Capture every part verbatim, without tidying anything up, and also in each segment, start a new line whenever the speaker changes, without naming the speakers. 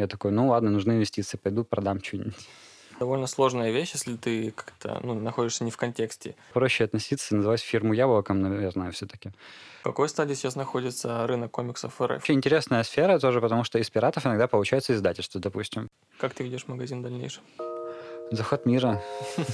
я такой, ну ладно, нужны инвестиции, пойду продам что-нибудь.
Довольно сложная вещь, если ты как-то ну, находишься не в контексте.
Проще относиться, называть фирму яблоком, наверное, все-таки.
В какой стадии сейчас находится рынок комиксов в эр эф?
Вообще интересная сфера тоже, потому что из пиратов иногда получается издательство, допустим.
Как ты видишь магазин в дальнейшем?
Заход мира.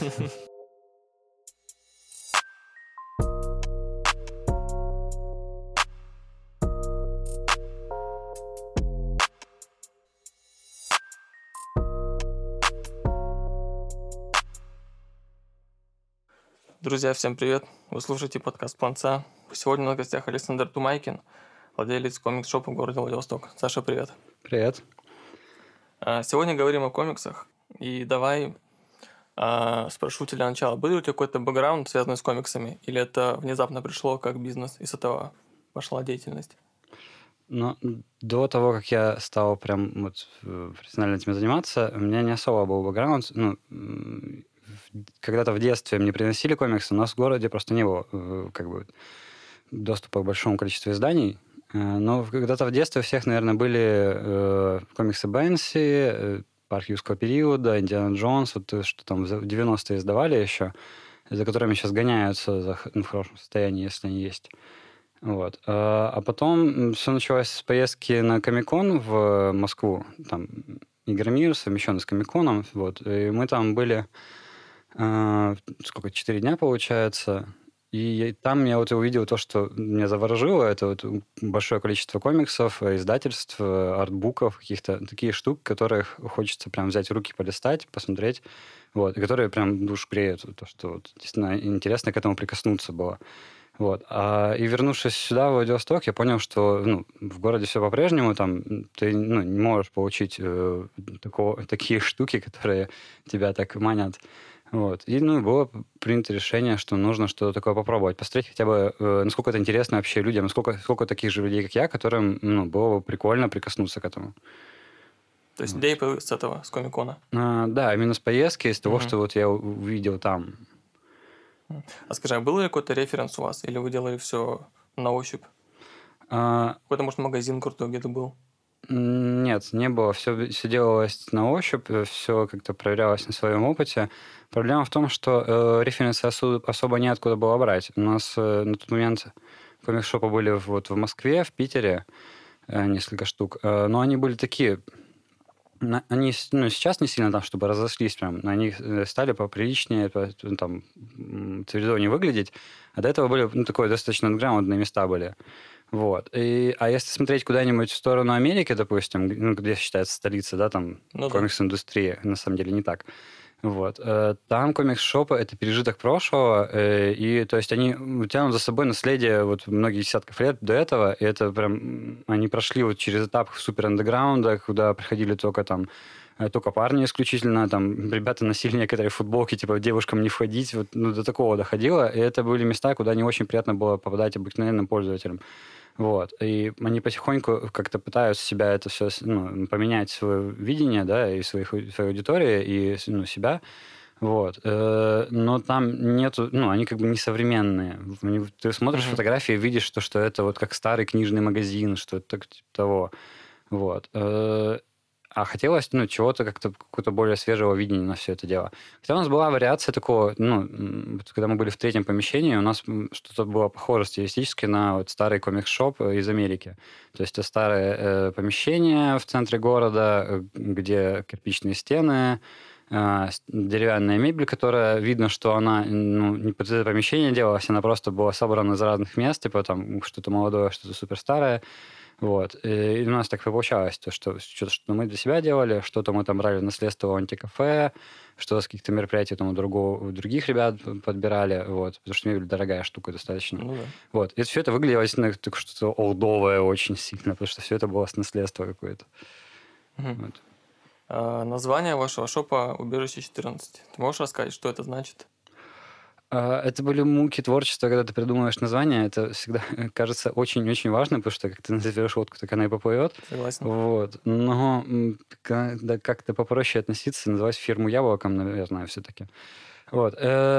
Друзья, всем привет! Вы слушаете подкаст «Планца». Сегодня у нас в гостях Александр Тумайкин, владелец комикс-шопа в городе Владивосток. Саша, привет!
Привет!
Сегодня говорим о комиксах. И давай а, спрошу тебя для начала. Был ли у тебя какой-то бэкграунд, связанный с комиксами? Или это внезапно пришло как бизнес, и с этого пошла деятельность?
Но до того, как я стал прям вот профессионально этим заниматься, у меня не особо был бэкграунд. Ну, когда-то в детстве мне приносили комиксы, у нас в городе просто не было как бы доступа к большому количеству изданий. Но когда-то в детстве у всех, наверное, были э, комиксы Бэнси, э, Парк юрского периода, Индиана Джонс, вот что там в девяностые издавали еще, за которыми сейчас гоняются за, ну, в хорошем состоянии, если они есть. Вот. А потом все началось с поездки на Комик-кон в Москву. Там Игромир, совмещенный с Комик-коном. Вот. И мы там были э, сколько, четыре дня, получается. И там я вот увидел то, что меня заворожило. Это вот большое количество комиксов, издательств, артбуков, каких-то такие штук, которых хочется прям взять в руки, полистать, посмотреть. Вот. И которые прям душу греют. То, что вот, действительно интересно к этому прикоснуться было. Вот. А, и вернувшись сюда, в Владивосток, я понял, что ну, в городе все по-прежнему, там ты ну, не можешь получить э, такого, такие штуки, которые тебя так манят. Вот. И ну, было принято решение, что нужно что-то такое попробовать, посмотреть хотя бы, э, насколько это интересно вообще людям, насколько, сколько таких же людей, как я, которым ну, было бы прикольно прикоснуться к этому.
То есть вот. Идея появилась с этого, с Комик-кона?
А, да, именно с поездки, из того, угу. что вот я увидел там.
А скажи, а был ли какой-то референс у вас? Или вы делали все на ощупь? А... Какой-то, может, магазин крутой где-то был?
Нет, не было. Все, все делалось на ощупь, все как-то проверялось на своем опыте. Проблема в том, что э, референсы особо, особо неоткуда было брать. У нас э, на тот момент комикс-шопы были вот в Москве, в Питере, э, несколько штук. Э, но они были такие... Они ну, сейчас не сильно там, чтобы разошлись прям, но они стали поприличнее, там, цивилизованнее выглядеть. А до этого были ну, такое достаточно андеграундные места были. Вот. И, а если смотреть куда-нибудь в сторону Америки, допустим, ну, где считается столица, да, там ну, комикс-индустрия, на самом деле не так. Вот. Там комикс-шопы – это пережиток прошлого, и то есть они тянут за собой наследие вот многих десятков лет до этого, и это прям они прошли вот через этап супер-андеграунда, куда приходили только там только парни исключительно, там ребята носили некоторые футболки, типа девушкам не входить, вот, ну, до такого доходило, и это были места, куда не очень приятно было попадать обыкновенным пользователям. Вот. И они потихоньку как-то пытаются себя это все, ну, поменять свое видение, да, и своих, своей аудитории, и ну, себя. Вот. Но там нету, ну, они как бы несовременные. Ты смотришь uh-huh. фотографии и видишь, что, что это вот как старый книжный магазин, что это типа того. Вот. А хотелось, ну, чего-то как-то, какого-то более свежего видения на все это дело. Хотя у нас была вариация такого, ну, когда мы были в третьем помещении, у нас что-то было похоже стилистически на вот старый комикс-шоп из Америки. То есть это старое э, помещение в центре города, где кирпичные стены, э, деревянная мебель, которая, видно, что она ну, не под это помещение делалась, она просто была собрана из разных мест, типа там что-то молодое, что-то суперстарое. Вот. И у нас так и получалось, то, что что-то что мы для себя делали, что-то мы там брали наследство антикафе, что-то с каких-то мероприятий там у, другого, у других ребят подбирали, вот, потому что мебель дорогая штука достаточно. Ну, да. Вот. И все это выглядело как что-то олдовое очень сильно, потому что все это было с наследства какое-то.
Угу. Вот. А, название вашего шопа «Убежище четырнадцать». Ты можешь рассказать, что это значит?
Это были муки творчества, когда ты придумываешь название. Это всегда кажется очень-очень важно, потому что как ты назовешь лодку, так она и поплывет.
Согласен.
Вот. Но когда как-то попроще относиться, называть фирму яблоком, наверное, все-таки. Вот.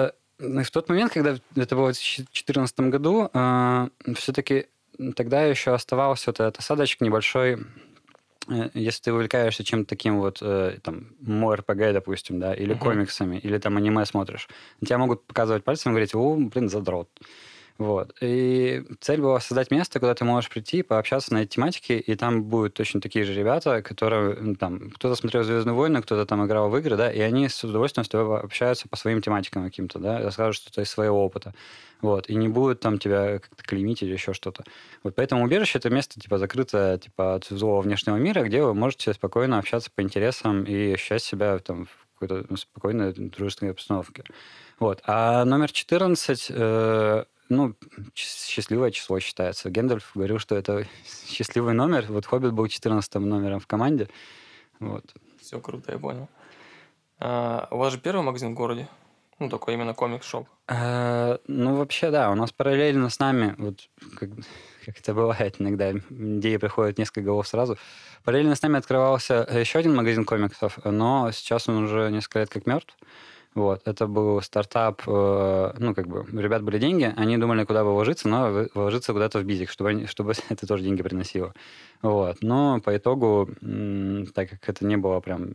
В тот момент, когда это было в две тысячи четырнадцатом году, все-таки тогда еще оставался вот этот осадочек небольшой э, если ты увлекаешься чем-то таким вот, э, там, МОРПГ, допустим, да, или
Мгм.
комиксами, или там аниме смотришь, тебя могут показывать пальцем и говорить: о, блин, задрот. Вот. И цель была создать место, куда ты можешь прийти, пообщаться на эти тематики, и там будут точно такие же ребята, которые, м, там, кто-то смотрел «Звездные войны», кто-то там играл в игры, да, и они с удовольствием с тобой общаются по своим тематикам каким-то, да, расскажут что-то из своего опыта. Вот. И не будут там тебя как-то клеймить или еще что-то. Вот поэтому убежище — это место, типа, закрытое, типа, от злого внешнего мира, где вы можете спокойно общаться по интересам и ощущать себя там в какой-то ну, спокойной, дружественной обстановке. Вот. А номер четырнадцать, э, ну, счастливое число считается. Гэндальф говорил, что это счастливый номер. Вот «Хоббит» был четырнадцатым номером в команде. Вот.
Все круто, я понял. А, у вас же первый магазин в городе? Ну, такой именно комикс-шоп.
А, ну, вообще, да, у нас параллельно с нами, вот как, как это бывает иногда, идеи приходят несколько голов сразу. Параллельно с нами открывался еще один магазин комиксов, но сейчас он уже несколько лет как мертв. Вот, это был стартап, э, ну, как бы, у ребят были деньги, они думали, куда бы вложиться, но вложиться куда-то в Бизик, чтобы, они, чтобы это тоже деньги приносило. Вот, но по итогу, м, так как это не было прям...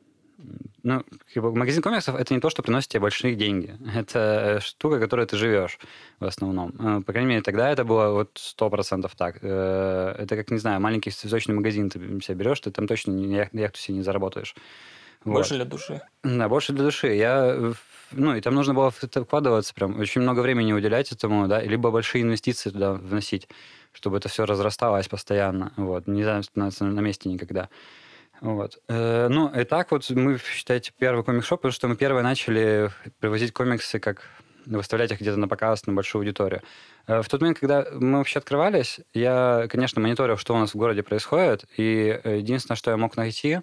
Ну, как бы магазин комиксов — это не то, что приносит тебе большие деньги. Это штука, которой ты живешь в основном. Э, По крайней мере, тогда это было вот сто процентов так. Э, Это как, не знаю, маленький цветочный магазин ты себе берешь, ты там точно ни ях- яхту себе не заработаешь.
Больше
Вот.
для души.
Да, больше для души. Я, э, в- ну, и там нужно было в это вкладываться прям, очень много времени уделять этому, да, либо большие инвестиции туда вносить, чтобы это все разрасталось постоянно, вот, не становиться на месте никогда. Вот. Э, Ну, и так вот мы, считайте, первый комикс-шоп, потому что мы первые начали привозить комиксы, как выставлять их где-то на показ, на большую аудиторию. Э, В тот момент, когда мы вообще открывались, я, конечно, мониторил, что у нас в городе происходит, и э, единственное, что я мог найти,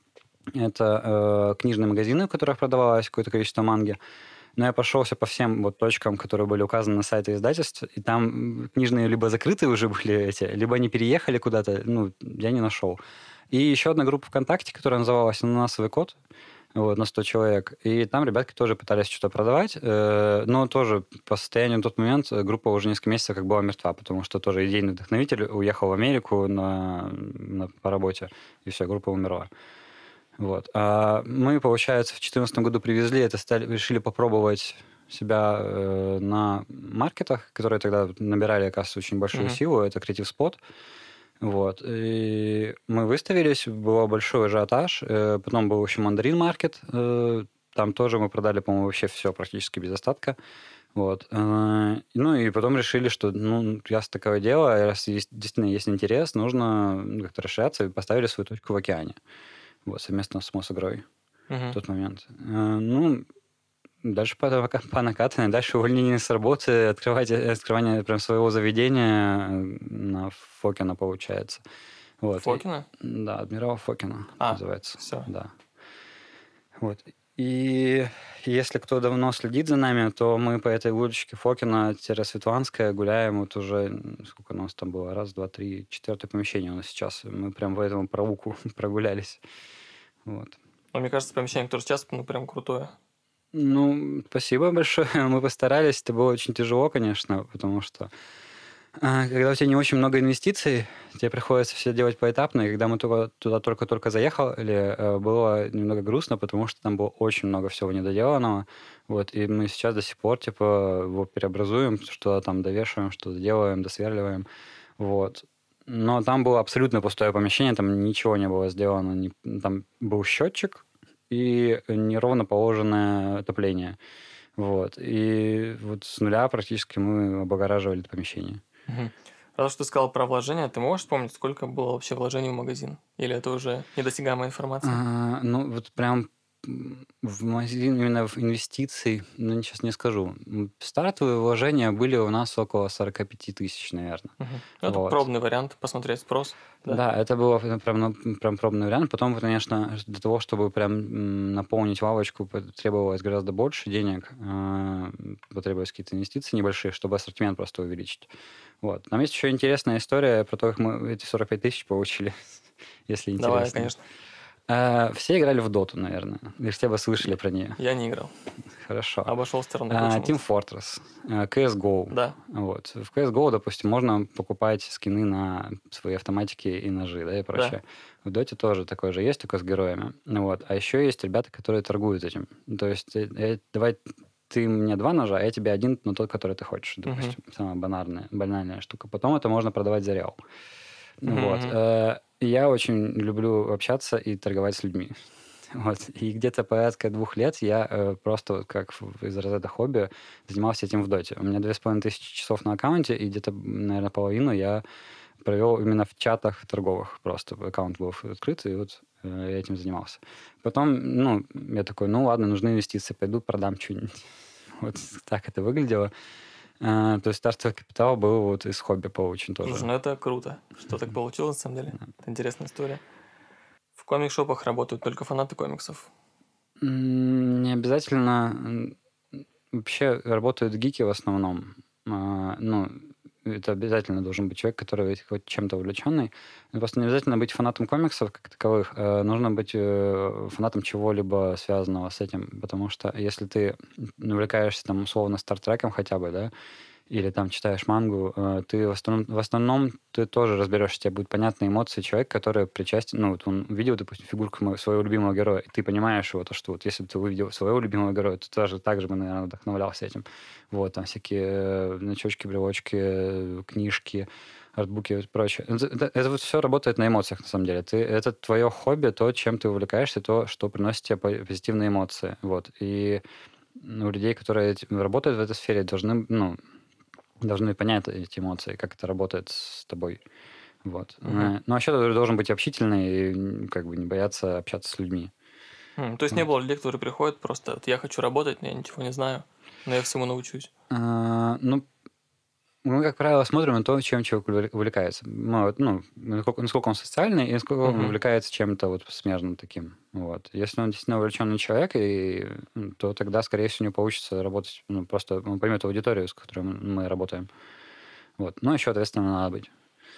это э, книжные магазины, в которых продавалось какое-то количество манги. Но я прошелся по всем вот точкам, которые были указаны на сайте издательств, и там м, книжные либо закрыты уже были эти, либо они переехали куда-то, ну, я не нашел. И еще одна группа ВКонтакте, которая называлась «Ананасовый кот», вот, на сто человек. И там ребятки тоже пытались что-то продавать, э, но тоже по состоянию на тот момент э, группа уже несколько месяцев как была мертва, потому что тоже идейный вдохновитель уехал в Америку на, на- по работе, и все, группа умерла. Вот. А мы, получается, в две тысячи четырнадцатом году привезли это, стали, решили попробовать себя э, на маркетах, которые тогда набирали, оказывается, очень большую
Мгм.
силу. Это Creative Spot. Вот. И мы выставились, был большой ажиотаж. Э, потом был еще Мандарин Маркет. Э, там тоже мы продали, по-моему, вообще все практически без остатка. Вот. Э, Ну и потом решили, что, ну, раз такое дело, раз есть, действительно есть интерес, нужно ну, как-то расширяться, и поставили свою точку в океане. Вот, совместно с Мосигрой в
Мгм.
тот момент. Э, Ну, дальше по, пока- по накатанной, дальше увольнение с работы, открывать, э, открывание прям своего заведения э, на Фокина, получается. Вот. И-
Фокина?
да, Адмирал Фокина
А,
называется.
все.
Да. Вот. И если кто давно следит за нами, то мы по этой улочке Фокина-Светланская гуляем вот уже, м, сколько у нас там было, раз, два, три, четвертое помещение у нас сейчас. Мы прям в этом проулку прогулялись. Вот.
Но мне кажется, помещение, которое сейчас, ну, прям крутое.
Ну, спасибо большое. Мы постарались. Это было очень тяжело, конечно, потому что а, когда у тебя не очень много инвестиций, тебе приходится все делать поэтапно. И когда мы туда, туда только-только заехали, э, было немного грустно, потому что там было очень много всего недоделанного. Вот, и мы сейчас до сих пор типа его преобразуем, что-то там довешиваем, что-то делаем, досверливаем. Вот. Но там было абсолютно пустое помещение, там ничего не было сделано. ни- Там был счетчик и неровно положенное отопление. Вот. И вот с нуля практически мы облагораживали это помещение.
Мгм. Раз уж ты сказал про вложения, ты можешь вспомнить, сколько было вообще вложений в магазин? Или это уже недосягаемая информация?
А, ну, вот прям м, в магазин именно в инвестиции, ну, сейчас не скажу. М, Стартовые вложения были у нас около сорок пять тысяч, наверное.
Мгм. Ну, это
Вот.
пробный вариант, посмотреть спрос, да?
Да, это было прям, прям, ну, прям пробный вариант. Потом, конечно, для того, чтобы прям м, наполнить лавочку, потребовалось гораздо больше денег, а, потребовались какие-то инвестиции небольшие, чтобы ассортимент просто увеличить. Вот. Там есть еще интересная история про то, как мы эти сорок пять тысяч получили, если
Давай,
интересно.
конечно.
А, все играли в Доту, наверное. Или все бы слышали про нее.
Я не играл.
Хорошо.
Обошел стороной.
А,
Почему?
Team Fortress, а, си эс го.
Да.
Вот. В си эс го, допустим, можно покупать скины на свои автоматики и ножи, да, и прочее. В Доте тоже такое же есть, только с героями. Вот. А еще есть ребята, которые торгуют этим. То есть, э, э, давай ты мне два ножа, а я тебе один, но тот, который ты хочешь, допустим.
Мгм.
Самая банальная, банальная штука. Потом это можно продавать за реал.
Мгм,
Вот.
мгм.
Э, Я очень люблю общаться и торговать с людьми. Вот. И где-то порядка двух лет я э, просто вот как в- из разряда хобби занимался этим в доте. У меня две с половиной тысячи часов на аккаунте, и где-то, наверное, половину я провел именно в чатах торговых. Просто аккаунт был открыт, и вот э, я этим занимался. Потом, ну, я такой, ну ладно, нужны инвестиции, пойду продам что-нибудь. Вот так это выглядело. А, то есть стартовый капитал был вот из хобби получен
Слушай,
тоже.
ну это круто, что так получилось, на самом деле. Это интересная история. В комик-шопах работают только фанаты комиксов.
М, Не обязательно. м, Вообще работают гики в основном. А, Ну, это обязательно должен быть человек, который хоть чем-то увлеченный. Но просто не обязательно быть фанатом комиксов как таковых. а Нужно быть э, фанатом чего-либо связанного с этим. Потому что если ты увлекаешься там условно Стартреком хотя бы, да, или там читаешь мангу, э, ты в основном, в основном ты тоже разберешься, тебе будут понятны эмоции человека, который причастен, ну, вот он увидел, допустим, фигурку моего, своего любимого героя, и ты понимаешь его, то, что вот если бы ты увидел своего любимого героя, то тоже так же бы, наверное, вдохновлялся этим. Вот, там всякие э, значочки, брелочки, э, книжки, артбуки и прочее. Это, это- это вот все работает на эмоциях, на самом деле. Ты, это твое хобби, то, чем ты увлекаешься, то, что приносит тебе по- позитивные эмоции. Вот. И ну, людей, которые этим работают в этой сфере, должны, ну, должны понять эти эмоции, как это работает с тобой. Вот.
Мгм.
Э, Ну, а еще ты должен быть общительный и м, как бы не бояться общаться с людьми.
М, То есть не
Вот.
было людей, которые приходят просто, вот я хочу работать, но я ничего не знаю, но я всему научусь.
А, Ну, мы, как правило, смотрим на то, чем человек увле- увлекается. Ну, вот, ну, насколько, насколько он социальный и насколько он
Мгм.
увлекается чем-то вот смежным таким. Вот. Если он действительно увлеченный человек, и, м, то тогда, скорее всего, у него получится работать, ну, просто он поймет аудиторию, с которой м- мы работаем. Вот. Но еще ответственно надо быть.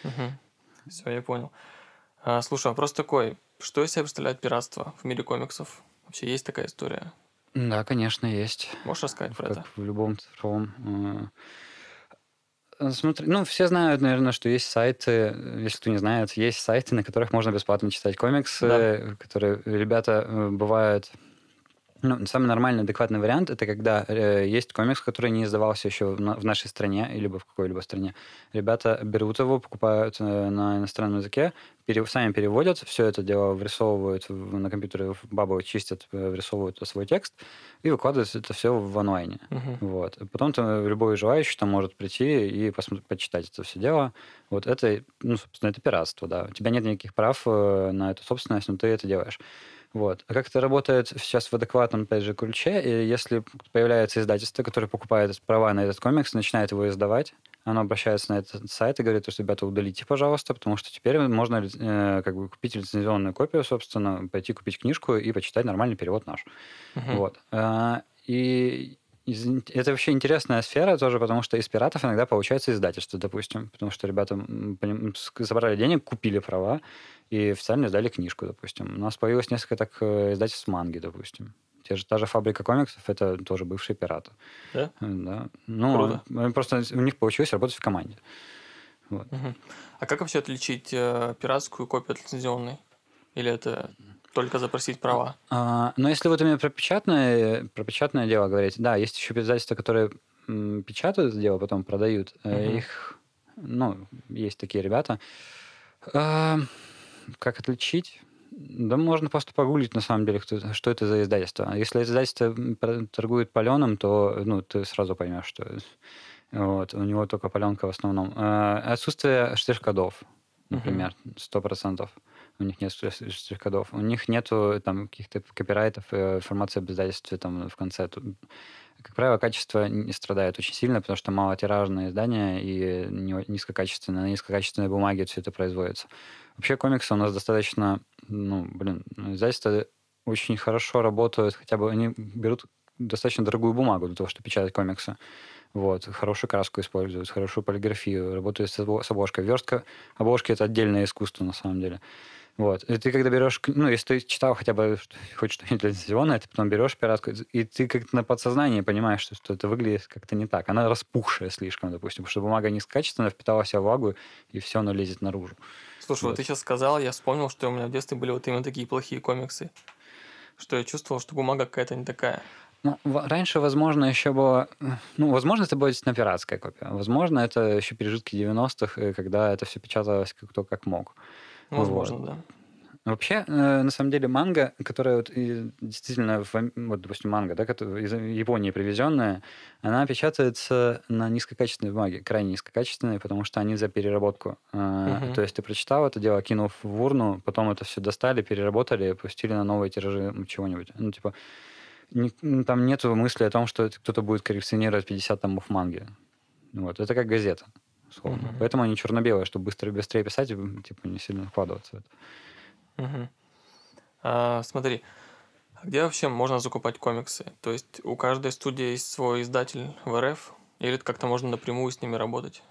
Все, я понял. А, слушай, вопрос такой. Что из себя представляет пиратство в мире комиксов? Вообще есть такая история?
Да, конечно, есть.
Можешь рассказать
В-
про
Как
это?
в любом цифровом. э, э, Смотри, ну, все знают, наверное, что есть сайты, э, если кто не знает, есть сайты, на которых можно бесплатно читать
Да.
комиксы, которые ребята э, бывают. Ну, самый нормальный, адекватный вариант это когда э, есть комикс, который не издавался еще в, на- в нашей стране, либо в какой-либо стране. Ребята берут его, покупают э, на иностранном языке, пере- сами переводят, все это дело врисовывают в- на компьютере, в бабу чистят, э, врисовывают свой текст и выкладывают это все в онлайне.
Мгм.
Вот. И потом там любой желающий там может прийти и посмотреть, почитать это все дело. Вот это, ну, собственно, это пиратство, да. У тебя нет никаких прав э, на эту собственность, но ты это делаешь. Вот. А как это работает сейчас в адекватном, опять же, ключе? И если появляется издательство, которое покупает права на этот комикс, начинает его издавать, оно обращается на этот сайт и говорит, что, ребята, удалите, пожалуйста, потому что теперь можно э, как бы купить лицензионную копию, собственно, пойти купить книжку и почитать нормальный перевод наш.
Мгм.
Вот. А, И из- это вообще интересная сфера тоже, потому что из пиратов иногда получается издательство, допустим, потому что ребята м, поним- ск- забрали денег, купили права и официально издали книжку, допустим. У нас появилось несколько так э, издательств манги, допустим. Те же, та же фабрика комиксов, это тоже бывшие пираты.
Да?
Э, Да. Ну,
Круто.
э, просто у них получилось работать в команде. Вот.
Мгм. А как вообще отличить э, пиратскую копию от лицензионной? Или это только запросить права?
А, но если вот именно про печатное, про печатное дело говорить, да, есть еще издательства, которые м, печатают это дело, потом продают. Э,
Мгм.
Их, ну, есть такие ребята. А, Как отличить? Да можно просто погуглить, на самом деле, кто, что это за издательство. Если издательство м, про- торгует паленым, то ну, ты сразу поймешь, что это. Вот, у него только паленка в основном. А, Отсутствие штрих-кодов,
Мгм.
например, сто процентов. У них нет штрих- штрих-кодов. У них нету там каких-то копирайтов, э, информации об издательстве там в конце. Тут, как правило, качество не страдает очень сильно, потому что малотиражные издания и не- низкокачественные, на низкокачественной бумаге все это производится. Вообще комиксы у нас достаточно, ну, блин, издательства очень хорошо работают, хотя бы они берут достаточно дорогую бумагу для того, чтобы печатать комиксы. Вот, хорошую краску используют, хорошую полиграфию, работают с обо- с обложкой. Верстка обложки — это отдельное искусство, на самом деле. Вот. И ты когда берешь, к- ну, если ты читал хотя бы что- хоть что-нибудь лицензионное, ты потом берешь пиратку, и ты как-то на подсознании понимаешь, что, что это выглядит как-то не так. Она распухшая слишком, допустим, потому что бумага низкокачественная, впитала в себя влагу, и все, оно лезет наружу.
Слушай, вот ты
Вот.
сейчас сказал, я вспомнил, что у меня в детстве были вот именно такие плохие комиксы, что я чувствовал, что бумага какая-то не такая.
Ну, в- раньше, возможно, еще было... э, Ну, возможно, это была действительно пиратская копия. Возможно, это еще пережитки девяностых, э, когда это все печаталось как- кто как мог. Вот.
Возможно, да.
Вообще, э, на самом деле, манга, которая вот и действительно, в Ам- вот, допустим, манга, да, которая из Японии привезенная, она печатается на низкокачественной бумаге, крайне низкокачественной, потому что они за переработку. Э,
Мгм.
То есть ты прочитал это дело, кинув в урну, потом это все достали, переработали, пустили на новые тиражи м, чего-нибудь. Ну, типа, ни- м, там нету мысли о том, что это кто-то будет коллекционировать пятьдесят томов манги. Вот. Это как газета, условно.
Мгм.
Поэтому они черно-белые, чтобы быстро, быстрее писать, и, м, типа, не сильно вкладываться в это.
Мгм. А, смотри, а где вообще можно закупать комиксы? То есть у каждой студии есть свой издатель в эр эф? Или это как-то можно напрямую с ними работать?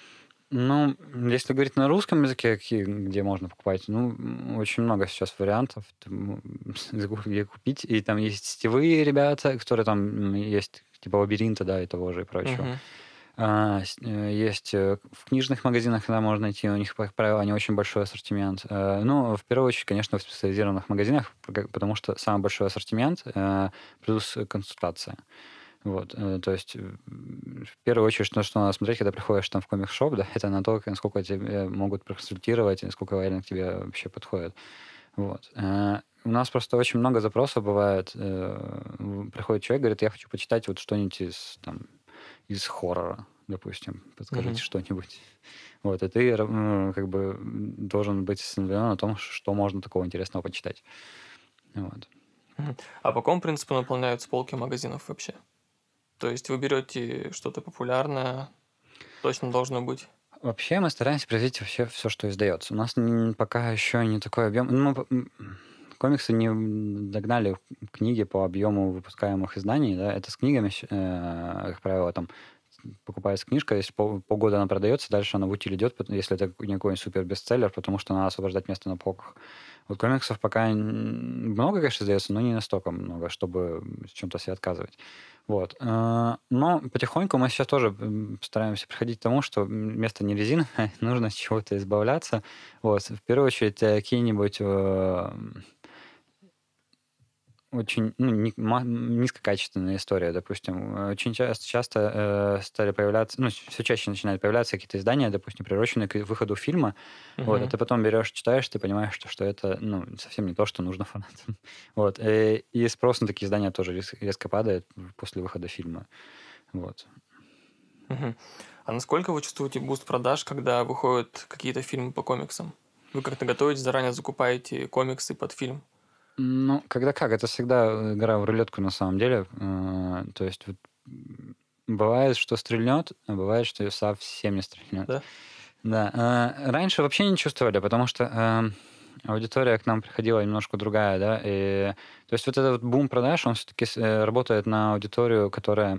Ну, если говорить на русском языке, какие, где можно покупать, ну, м, очень много сейчас вариантов, там, где купить. И там есть сетевые ребята, которые там м, есть, типа Лабиринта, да, и того же и прочего.
Мгм.
А, с- э, есть э, в книжных магазинах, когда можно найти, у них, как правило, не очень большой ассортимент. Э, Ну, в первую очередь, конечно, в специализированных магазинах, пога- потому что самый большой ассортимент э, плюс консультация. Вот, э, то есть, м, в первую очередь, на что надо смотреть, когда приходишь там в комикс-шоп, да, это на то, как- насколько тебе могут проконсультировать, и насколько реально к тебе вообще подходит. Вот. Э, У нас просто очень много запросов бывает. э, в- Приходит человек, говорит, я хочу почитать вот что-нибудь из, там, из хоррора, допустим.
Мгм.
Подскажите что-нибудь. Вот, и ты ра- ну, как бы м, должен быть осведомлен о том, что можно такого интересного почитать. Вот.
Мгм. А по какому принципу наполняются полки магазинов вообще? То есть вы берете что-то популярное, точно должно быть.
Вообще мы стараемся привозить вообще все, что издается. У нас н- пока еще не такой объем. Ну, п- м, комиксы не догнали книги по объему выпускаемых изданий. Да? Это с книгами, щ- э, как правило, там покупается книжка, если пол- полгода она продается, дальше она в утиль идет, пот- если это не какой-нибудь супер бестселлер, потому что надо освобождать место на полках. Вот комиксов пока н- много, конечно, издается, но не настолько много, чтобы с чем-то себе отказывать. Вот. Э, Но потихоньку мы сейчас тоже м, стараемся приходить к тому, что м, место не резиновое, нужно от чего-то избавляться. Вот. В первую очередь, э, какие-нибудь э, очень ну, ни- ма- низкокачественная история, допустим. Э, Очень часто, часто э, стали появляться, ну, все чаще начинают появляться какие-то издания, допустим, приуроченные к выходу фильма. Вот, а
Мгм.
ты потом берешь, читаешь, ты понимаешь, что, что это ну, совсем не то, что нужно фанатам. Вот. э, И спрос на такие издания тоже рез- резко падает после выхода фильма. Вот.
Мгм. А насколько вы чувствуете буст продаж, когда выходят какие-то фильмы по комиксам? Вы как-то готовитесь, заранее закупаете комиксы под фильм?
Ну, когда как, это всегда игра в рулетку на самом деле. Э, То есть вот, м, бывает, что стрельнет, а бывает, что совсем не стрельнет.
Да?
Да, э, раньше вообще не чувствовали, потому что эм, аудитория к нам приходила немножко другая, да, и то есть вот этот вот бум продаж, он все-таки работает на аудиторию, которая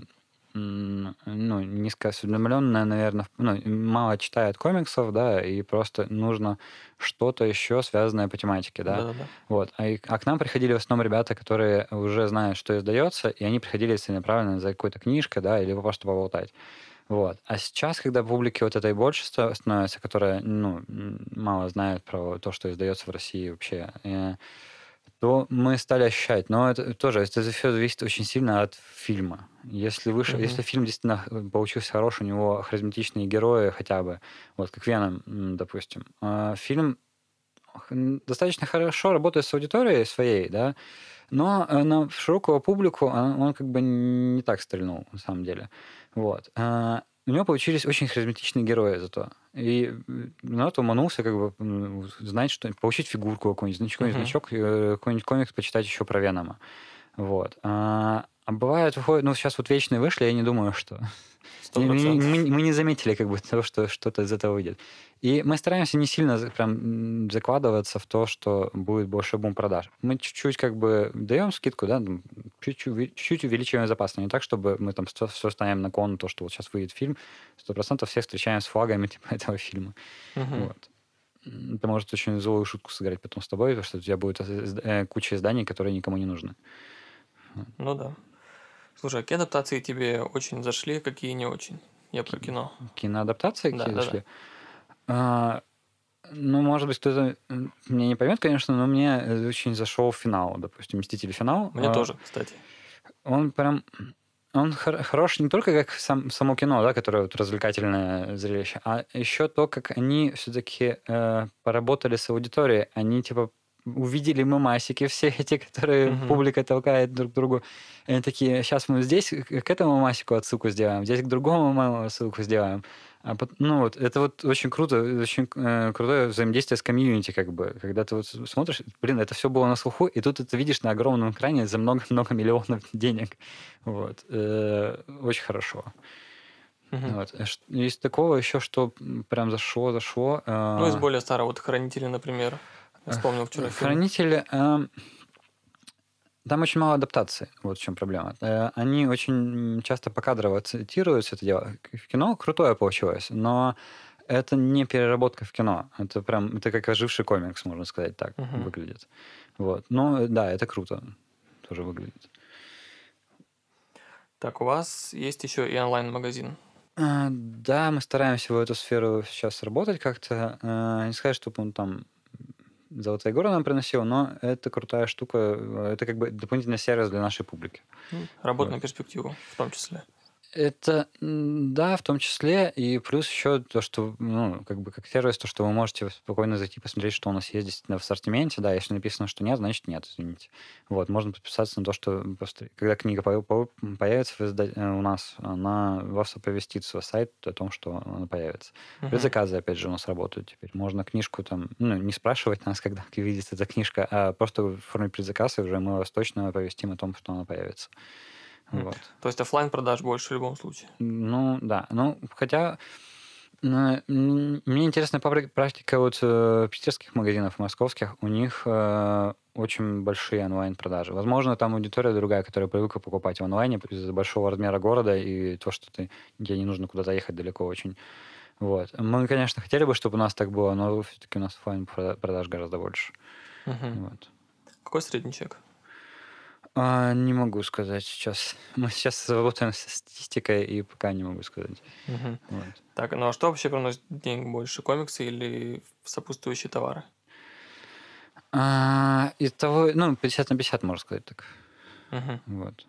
м, ну, низкоосведомленная, наверное, ну, мало читает комиксов, да, и просто нужно что-то еще связанное по тематике, да,
Да-да-да.
вот. А, и- а к нам приходили в основном ребята, которые уже знают, что издается, и они приходили целенаправленно за какой-то книжкой, да, или просто поболтать. Вот. А сейчас, когда публики вот этой больше ста- становится, которая ну, м, мало знает про то, что издается в России вообще, э, то мы стали ощущать. Но это тоже, это все зависит очень сильно от фильма. Если, вышел, если
Мгм.
фильм действительно э, получился хороший, у него харизматичные герои хотя бы, вот как Веном, м, допустим, а фильм х- достаточно хорошо работает с аудиторией своей, да, но э, на широкую публику он, он как бы не так стрельнул, на самом деле. Вот. А, у него получились очень харизматичные герои зато. И м, народ уманулся как бы м, знать, что получить фигурку какую-нибудь, значок, какой-нибудь
Мгм.
значок, э, какой-нибудь комикс почитать еще про Венома. Вот. А, а бывает, выходит, ну, сейчас вот вечные вышли, я не думаю, что
Сто
не- не-
процентов.
Мы, мы не заметили как бы того, что что-то из этого выйдет. И мы стараемся не сильно за- прям м, закладываться в то, что будет больше бум продаж. Мы чуть-чуть как бы даем скидку, да, там, чуть-чуть, уви- чуть-чуть увеличиваем запас, но не так, чтобы мы там все ставим на кон, то, что вот сейчас выйдет фильм, сто процентов всех встречаем с флагами типа этого фильма.
Мгм.
Вот. это может очень злую шутку сыграть потом с тобой, потому что у тебя будет изда- э, куча изданий, которые никому не нужны.
Ну да. Слушай, а какие адаптации тебе очень зашли, какие не очень? Я про кино.
Киноадаптации
Да,
какие
да, да.
зашли? А, ну, может быть, кто-то м, меня не поймет, конечно, но мне э, очень зашел финал, допустим, «Мстители. Финал».
Мне
А,
тоже, кстати.
Он прям... Он хор- хорош не только как сам, само кино, да, которое вот развлекательное зрелище, а еще то, как они все-таки э, поработали с аудиторией. Они типа увидели мемасики все эти, которые
Мгм.
публика толкает друг к другу. И они такие, сейчас мы здесь к к этому мемасику отсылку сделаем, здесь к другому мему отсылку сделаем. А пот- ну вот, это вот очень круто, очень э, крутое взаимодействие с комьюнити, как бы. Когда ты вот с- смотришь, блин, это все было на слуху, и тут ты видишь на огромном экране за много-много миллионов денег. Вот. Э, Очень хорошо.
Мгм.
Вот. Э, ш- Из такого еще, что м, прям зашло, зашло.
Ну, из
э,
более старого, вот «Хранители», например. Я
э,
вспомнил вчера фильм.
Хранители... э, Там очень мало адаптации, вот в чем проблема. Э, Они очень часто покадрово цитируются, это дело. К- В кино крутое получилось, но это не переработка в кино. Это прям, это как оживший комикс, можно сказать, так
Мгм.
выглядит. Вот. Но да, это круто тоже выглядит.
Так, у вас есть еще и онлайн-магазин.
А, Да, мы стараемся в эту сферу сейчас работать как-то. А, Не сказать, чтобы он там золотые горы нам приносил, но это крутая штука. э, Это как бы дополнительный сервис для нашей публики.
М, Работа
Вот.
на перспективу в том числе.
Это, м, да, в том числе, и плюс еще то, что, ну, как бы как сервис, то, что вы можете спокойно зайти посмотреть, что у нас есть действительно в ассортименте, да, если написано, что нет, значит нет, извините. Вот, можно подписаться на то, что просто, когда книга по- по- появится в изда- э, у нас, она вас оповестит свой сайт о том, что она появится.
Мгм.
Предзаказы, опять же, у нас работают теперь. Можно книжку там, ну, не спрашивать нас, когда выйдет эта книжка, а просто в форме предзаказа уже мы вас точно оповестим о том, что она появится.
М.
Вот.
То есть оффлайн продаж больше в любом случае.
Ну, да. Ну, хотя ну, м, мне интересна пабри- практика вот э, питерских магазинов, московских. У них э, очень большие онлайн-продажи. Возможно, там аудитория другая, которая привыкла покупать в онлайне из-за большого размера города и то, что ты, тебе не нужно куда-то ехать далеко очень. Вот. Мы, конечно, хотели бы, чтобы у нас так было, но все-таки у нас офлайн продаж гораздо больше.
Мгм.
Вот.
Какой средний чек?
А, не могу сказать сейчас. Мы сейчас работаем со статистикой, и пока не могу сказать.
Мгм.
Вот.
Так, ну а что вообще приносит денег больше, комиксы или сопутствующие товары?
А, из того, ну, пятьдесят на пятьдесят, можно сказать так.
Мгм.
Вот.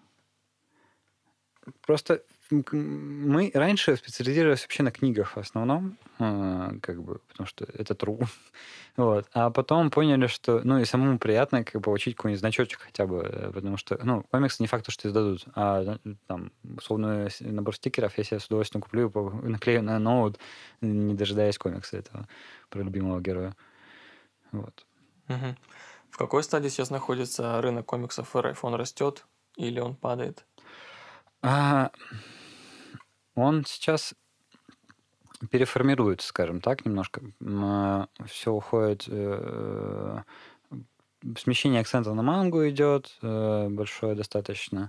Просто м, к- мы раньше специализировались вообще на книгах в основном, а, как бы, потому что это true. Вот. А потом поняли, что, ну, и самому приятно как бы, получить какой-нибудь значочек хотя бы, э, потому что, ну, комиксы не факт, что издадут, а да, там, условно, с- набор стикеров я себе с удовольствием куплю и по- наклею на ноут, не дожидаясь комикса этого про любимого героя. Вот.
Мгм. В какой стадии сейчас находится рынок комиксов в эр эф? Он растет или он падает?
А, он сейчас переформируется, скажем так, немножко. Все уходит... э, Смещение акцента на мангу идет, э, большое достаточно.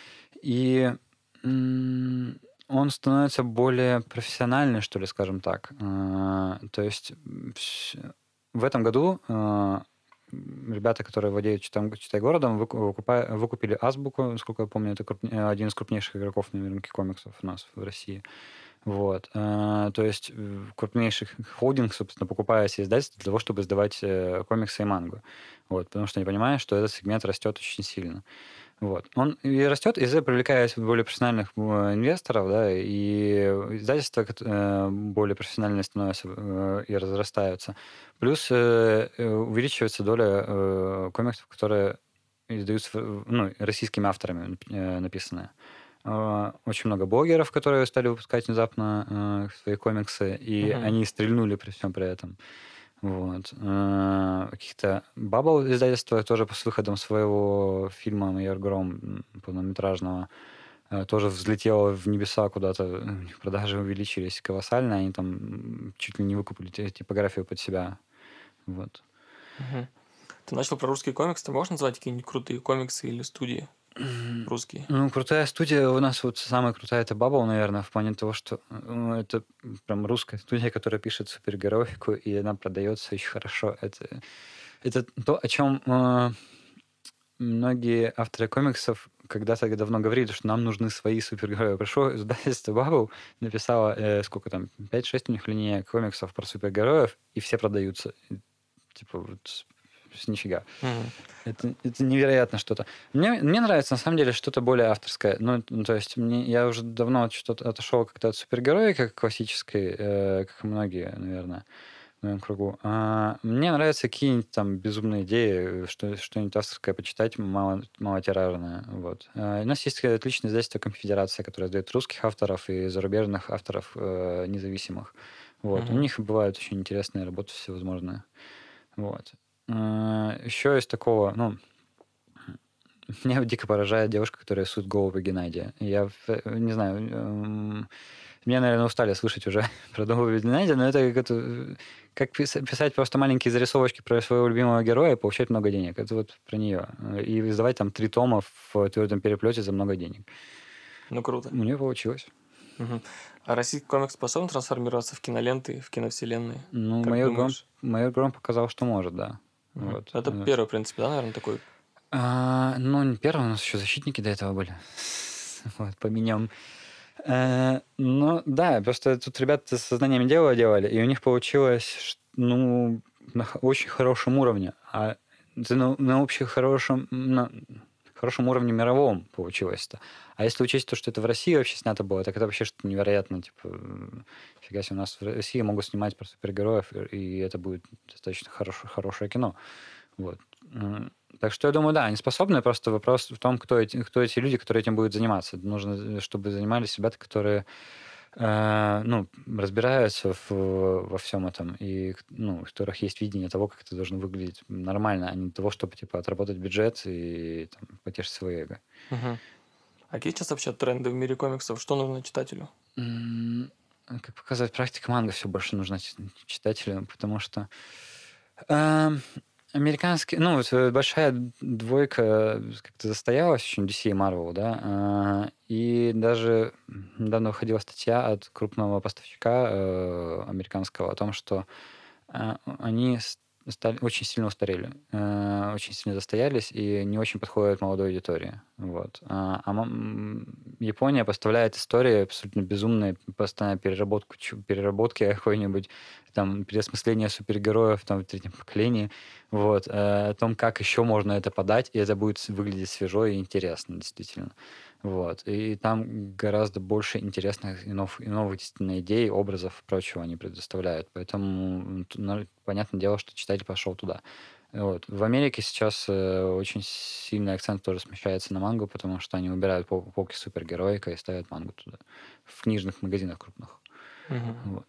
И м, он становится более профессиональный, что ли, скажем так. А, То есть м, вс- в этом году а, м, ребята, которые владеют «Читай, Читай городом», выку- выкупа- выкупили «Азбуку», насколько я помню, это крупне- один из крупнейших игроков на рынке комиксов у нас в России. Вот. А, То есть э, крупнейший холдинг, собственно, покупает себе издательство для того, чтобы издавать э, комиксы и мангу. Вот. Потому что они понимают, что этот сегмент растет очень сильно. Вот. Он и растет, и привлекает более профессиональных э, инвесторов, да, и издательства кот- э, более профессиональные становятся э, и разрастаются. Плюс э, э, увеличивается доля э, комиксов, которые издаются э, ну, российскими авторами э, написанные. А, Очень много блогеров, которые стали выпускать внезапно э, свои комиксы, и
Мгм.
они стрельнули при всем при этом. Вот. Э, Каких-то бабл издательства тоже с выходом своего фильма «Майор Гром» м, полнометражного э, тоже взлетело в небеса куда-то. У них продажи увеличились колоссально. Они там м, чуть ли не выкупили ти- типографию под себя. Вот.
Мгм. Ты начал про русский комикс, ты можешь назвать какие-нибудь крутые комиксы или студии? русский?
Ну, крутая студия у нас вот самая крутая это Bubble, наверное, в плане того, что ну, это прям русская студия, которая пишет супергероику, и она продается очень хорошо. Это, это то, о чем э, многие авторы комиксов когда-то давно говорили, что нам нужны свои супергерои. Пришло издательство Bubble, написало, э, сколько там, пять-шесть у них линеек комиксов про супергероев, и все продаются. И, типа, вот с нифига.
Мгм.
Это, это невероятно что-то. Мне, мне нравится, на самом деле, что-то более авторское. Ну, ну, то есть мне, я уже давно что-то отошел как-то от супергероики, как классической, э, как и многие, наверное, в моем кругу. А, мне нравятся какие-нибудь там безумные идеи, что, что-нибудь авторское почитать, мало, малотиражное. Вот. А, у нас есть отличное издательство «Конфедерация», которое издает русских авторов и зарубежных авторов э, независимых. Вот. У
Мгм.
них бывают очень интересные работы всевозможные. Вот. А, еще из такого, ну, меня дико поражает девушка, которая рисует голубя Геннадия. Я в- не знаю, эм, меня, наверное, устали слышать уже про голубя Геннадия, но это как, это, как пис- писать просто маленькие зарисовочки про своего любимого героя и получать много денег. Это вот про нее. И издавать там три тома в твердом переплете за много денег.
Ну, круто.
У нее получилось.
Мгм. А российский комикс способен трансформироваться в киноленты, в киновселенные?
Ну,
Как
майор Гром,
думаешь?
майор Гром показал, что может, да.
Мгм.
Вот.
Это
Э,
первый, в принципе, да, наверное, такой?
а, ну, не первый, у нас еще защитники до этого были. Вот, поменяем. Э, ну, да, просто тут ребята с сознанием дела делали, и у них получилось, ш- ну, на х- очень хорошем уровне. А это на, на общем хорошем, на хорошем уровне мировом получилось-то. А если учесть то, что это в России вообще снято было, так это вообще что-то невероятно. Типа, э, фига себе, у нас в России могут снимать про супергероев, и и это будет достаточно хорошее, хорошее кино. Вот. М, Так что я думаю, да, они способны, просто вопрос в том, кто эти, кто эти люди, которые этим будут заниматься. Нужно, э, чтобы занимались ребята, которые э, ну, разбираются в, во всем этом, и ну, у которых есть видение того, как это должно выглядеть нормально, а не того, чтобы типа отработать бюджет и там, потешить свое эго.
Мгм. А какие сейчас вообще тренды в мире комиксов? Что нужно читателю?
М, Как показывает практика, манга все больше нужно ч- читателю, потому что эм, американский, ну, вот э, большая двойка как-то застоялась очень, ди си и Marvel, да, а, и даже недавно выходила статья от крупного поставщика э, американского о том, что а, они с- стали, очень сильно устарели, э, очень сильно застоялись и не очень подходят молодой аудитории. Вот. А, а м, Япония поставляет истории абсолютно безумные, постоянно переработку, чу- переработки какой-нибудь, там, переосмысление супергероев там, в третьем поколении, вот, э, о том, как еще можно это подать, и это будет выглядеть свежо и интересно, действительно. Вот. И там гораздо больше интересных и новых, и новых действительно идей, образов и прочего они предоставляют. Поэтому м, т- ну, понятное дело, что читатель пошел туда. Вот. В Америке сейчас э, очень сильный акцент тоже смещается на мангу, потому что они убирают пол- полки супергероика и ставят мангу туда. В книжных магазинах крупных.
Мгм.
Вот.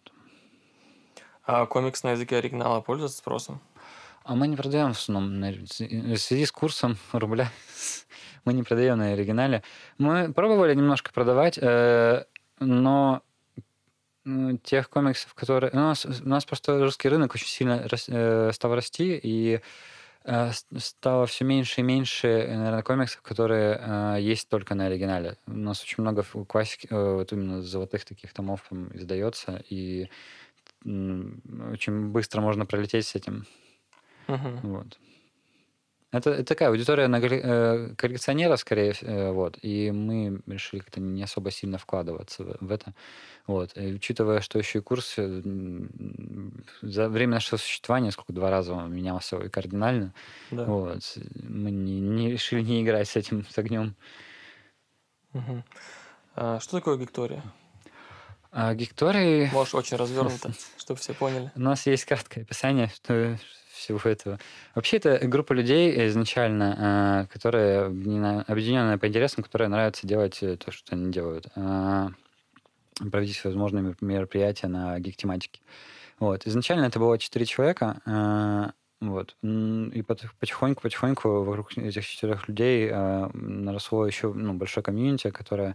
А комикс на языке оригинала пользуется спросом?
А мы не продаем в основном на, в связи с курсом рубля. Мы не продаем на оригинале. Мы пробовали немножко продавать, э, но ну, тех комиксов, которые... У нас, у нас просто русский рынок очень сильно рас- э, стал расти, и э, с- стало все меньше и меньше, э, наверное, комиксов, которые э, есть только на оригинале. У нас очень много ф- классики, э, вот именно золотых таких томов там издается, и м, очень быстро можно пролететь с этим.
Мгм.
Вот. Это, это такая аудитория на колле- э, коллекционеров, скорее, э, вот, и мы решили как-то не особо сильно вкладываться в, в это. Вот. И учитывая, что еще и курс э, м, за время нашего существования, сколько, два раза он менялся и кардинально,
Да.
вот, мы не, не решили не играть с этим, с огнем.
Мгм. А что такое Виктория?
А Гектории...
Можешь очень развернуто, чтобы все поняли.
У нас есть краткое описание что, всего этого. Вообще, это группа людей изначально, э, которая объединена, объединенная по интересам, которая нравится делать э, то, что они делают. А, проводить всевозможные мер- мероприятия на гик-тематике. Вот. Изначально это было четыре человека. э, Вот. М, И пот- потихоньку-потихоньку вокруг этих четырех людей э, наросло еще ну, большое комьюнити, которое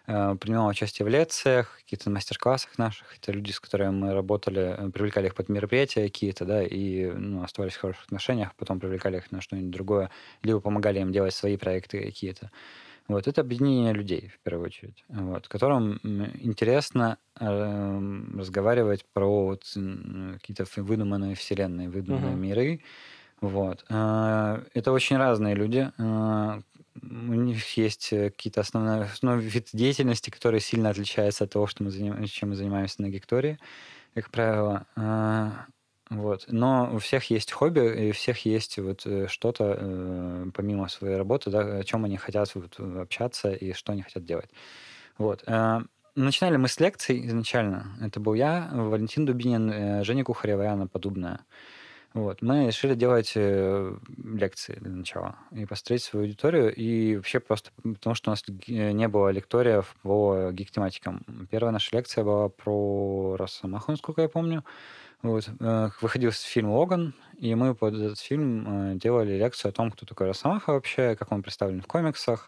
э, принимал участие в лекциях, каких-то мастер-классах наших. Это люди, с которыми мы работали, э, привлекали их под мероприятия какие-то, да, и ну, оставались в хороших отношениях, потом привлекали их на что-нибудь другое, либо помогали им делать свои проекты какие-то. Вот, это объединение людей, в первую очередь, вот, которым интересно э, разговаривать про вот, какие-то выдуманные вселенные, выдуманные
Мгм.
миры. Вот. Э, Это очень разные люди. Э, У них есть какие-то основные, основной вид деятельности, который сильно отличается от того, что мы заним... чем мы занимаемся на Гектории, как правило. Э, Вот. Но у всех есть хобби, и у всех есть вот э, что-то, э, помимо своей работы, да, о чем они хотят вот, общаться и что они хотят делать. Вот. Э, Начинали мы с лекций изначально. Это был я, Валентин Дубинин, э, Женя Кухарева и Анна Подубная. Вот. Мы решили делать э, лекции для начала и построить свою аудиторию. И вообще просто потому, что у нас г- не было лекториев по гик-тематикам. Первая наша лекция была про Росомаху, насколько я помню. Вот. э, Выходил фильм «Логан», и мы под этот фильм э, делали лекцию о том, кто такой Росомаха вообще, как он представлен в комиксах.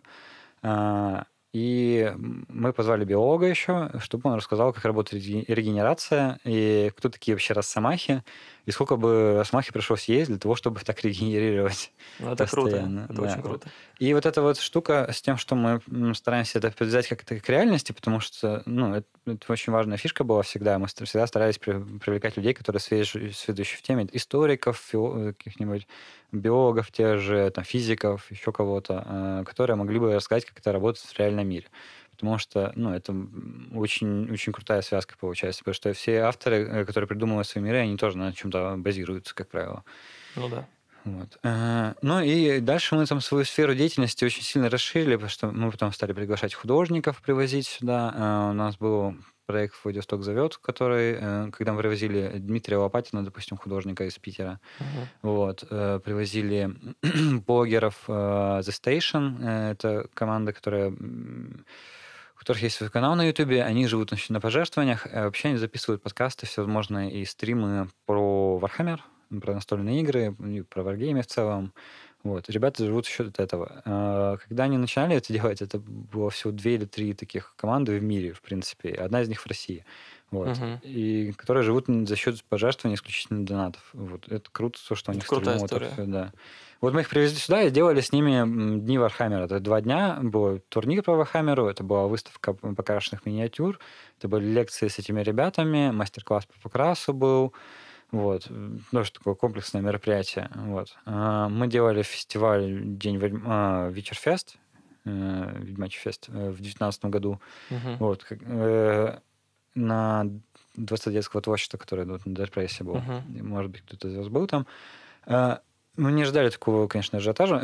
А, И мы позвали биолога еще, чтобы он рассказал, как работает реге- регенерация, и кто такие вообще росомахи, и сколько бы росомахи пришлось есть для того, чтобы так регенерировать
Ну, это круто.
постоянно.
Это
Да,
очень
вот.
круто.
И вот эта вот штука с тем, что мы м, стараемся это подвязать как-то к реальности, потому что ну, это, это очень важная фишка была всегда. Мы ст- всегда старались при- привлекать людей, которые свеж- сведущие в теме, историков, фило- каких-нибудь биологов тех же, там, физиков, еще кого-то, э, которые могли бы рассказать, как это работает в реальном мире. Потому что, ну, это м, очень, очень крутая связка получается, потому что все авторы, э, которые придумывают свои миры, они тоже на чем-то базируются, как правило.
Ну да.
Вот. Э, Ну и дальше мы там свою сферу деятельности очень сильно расширили, потому что мы потом стали приглашать художников, привозить сюда. Э, У нас был проект «Владивосток зовет», который, э, когда мы привозили Дмитрия Лопатина, допустим, художника из Питера,
Мгм.
вот, э, привозили блогеров э, The Station, э, это команда, которая, м, у которых есть свой канал на Ютубе, они живут значит, на пожертвованиях, а вообще они записывают подкасты всевозможные и стримы про Warhammer, про настольные игры, и про варгеймы в целом. Вот. Ребята живут за счет этого. А, Когда они начинали это делать, это было всего две или три таких команды в мире, в принципе. Одна из них в России. Вот.
Мгм.
И которые живут н- за счет пожертвований исключительно донатов. Вот. Это круто, то, что у
Это
них
крутая
стрельнуло так
история.
все, да. Вот мы их привезли сюда и делали с ними м, дни Вархаммера. Это два дня, был турнир по Вархаммеру, это была выставка покрашенных миниатюр, это были лекции с этими ребятами, мастер-класс по покрасу был, вот. м, Тоже такое комплексное мероприятие. Вот. А, Мы делали фестиваль День Ведьм- а, Вечерфест, э, Ведьмачий фест э, в девятнадцатом году.
Мгм.
Вот. как- э, На Дворце детского творчества, который вот, на депрессии был.
Мгм.
И, может быть, кто-то из вас был там. А, Мы не ждали такого, конечно, ажиотажа.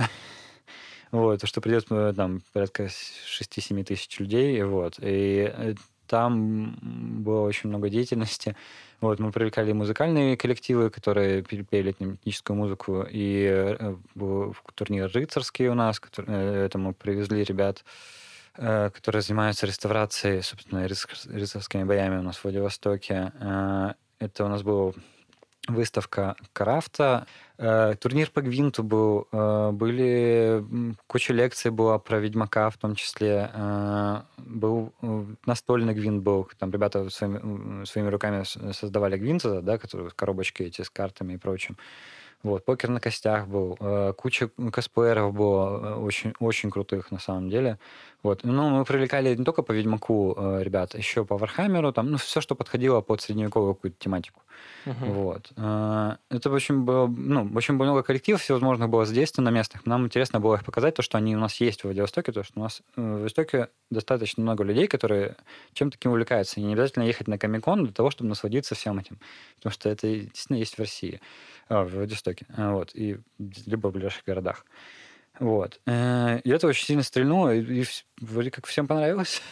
Вот, то, что придет э, там порядка шести-семи тысяч людей, вот, и э, там м, было очень много деятельности. Вот, мы привлекали музыкальные коллективы, которые пе- пели там этническую музыку, и э, был турнир рыцарский у нас, который, э, это мы привезли ребят, э, которые занимаются реставрацией, собственно, рыц- рыцарскими боями у нас в Владивостоке. Э, Это у нас был выставка крафта, э, турнир по Гвинту был, э, были м, куча лекций была про Ведьмака в том числе, э, был э, настольный Гвинт был, там ребята своими, м, своими руками с- создавали Гвинта, да, которые коробочки эти с картами и прочим. Вот, покер на костях был, э, куча косплееров было, э, очень, очень крутых на самом деле. Вот. Ну, мы привлекали не только по Ведьмаку э, ребят, еще по Вархаммеру, там, ну, все, что подходило под средневековую какую-то тематику.
Мгм.
Вот. А, Это очень было, ну, очень было много коллективов всевозможных было задействовано местных. Нам интересно было их показать, то, что они у нас есть в Владивостоке, то, что у нас э, в Владивостоке достаточно много людей, которые чем-то таким увлекаются. И не обязательно ехать на Комик-кон для того, чтобы насладиться всем этим. Потому что это действительно есть в России, а, в Владивостоке. А, Вот. И либо в ближайших городах. Вот. Э, И это очень сильно стрельнуло, и, и вс- вроде как всем понравилось.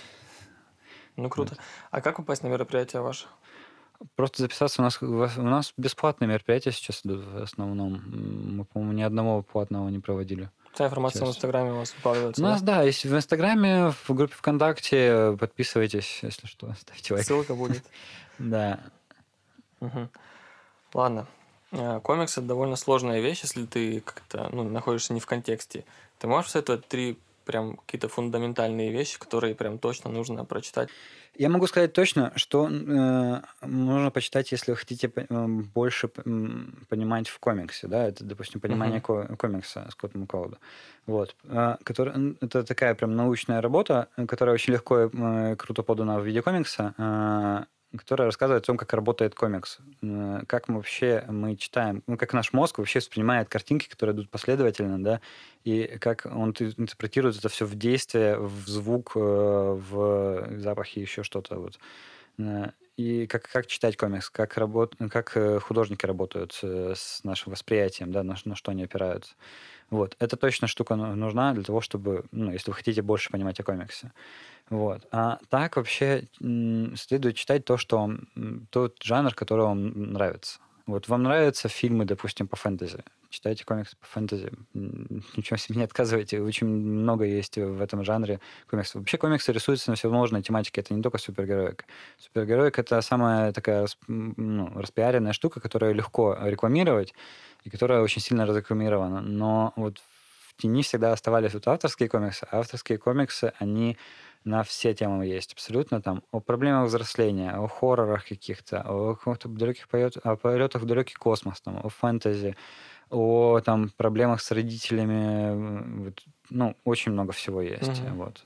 Ну, круто.
Вот.
А как попасть на мероприятие ваше?
Просто записаться у нас, у вас- у нас бесплатные мероприятия сейчас идут в основном. М, Мы, по-моему, ни одного платного не проводили.
Вся информация в
Сейчас.
Инстаграме у вас
У
выкладывается, да?
нас, да, есть в Инстаграме, в группе ВКонтакте. Подписывайтесь, если что, ставьте лайк.
Ссылка будет.
Да.
Мгм. Ладно. Э, Комикс — это довольно сложная вещь, если ты как-то ну, находишься не в контексте. Ты можешь советовать три прям какие-то фундаментальные вещи, которые прям точно нужно прочитать?
Я могу сказать точно, что э, нужно почитать, если вы хотите по- э, больше п- м, понимать в комиксе, да, это, допустим, понимание
Мгм.
ко- комикса Скотта McCloуда. Вот. А, который, м, это такая прям научная работа, э, которая очень легко и э, круто подана в виде комикса, а, которая рассказывает о том, как работает комикс, э, как мы вообще мы читаем, ну, как наш мозг вообще воспринимает картинки, которые идут последовательно, да, и как он т- интерпретирует это все в действие, в звук, э, в запахи, еще что-то. Вот. Э, И как, как читать комикс, как, работ... как э, художники работают э, с нашим восприятием, да, на, ш- на что они опираются. Вот. Это точно штука ну- нужна для того, чтобы, ну, если вы хотите больше понимать о комиксе. Вот. А так вообще м, следует читать то, что м, тот жанр, который вам нравится. Вот вам нравятся фильмы, допустим, по фэнтези. Читайте комиксы по фэнтези. М, Ничего себе не отказывайте. Очень много есть в этом жанре комиксов. Вообще комиксы рисуются на всевозможной тематике. Это не только супергероика. Супергероика — это самая такая рас- м, ну, распиаренная штука, которую легко рекламировать и которая очень сильно разрекламирована. Но вот в тени всегда оставались вот авторские комиксы. А авторские комиксы, они на все темы есть абсолютно там. О проблемах взросления, о хоррорах каких-то, о каких-то далеких полет, о полетах в далекий космос, там, о фэнтези, о там проблемах с родителями. м, Вот, ну, очень много всего есть.
Мгм.
Вот.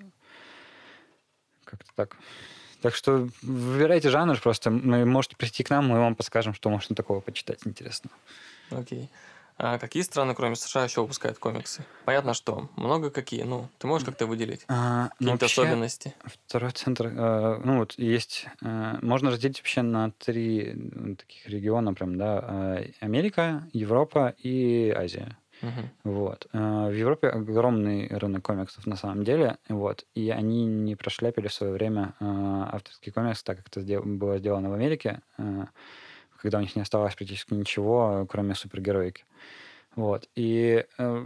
Как-то так. Так что выбирайте жанр просто. Вы можете прийти к нам, мы вам подскажем, что можно такого почитать интересно.
Окей. А какие страны, кроме США, еще выпускают комиксы? Понятно, что много какие. Ну, ты можешь как-то выделить
А, ну,
какие-нибудь
вообще,
особенности?
второй центр, э, ну вот есть, э, можно разделить вообще на три м, таких региона прям, да, э, Америка, Европа и Азия.
Мгм.
Вот. Э, В Европе огромный рынок комиксов на самом деле, вот, и они не прошляпили в свое время э, авторский комикс, так как это сдел- было сделано в Америке, э, когда у них не оставалось практически ничего, кроме супергероики. Вот. И э,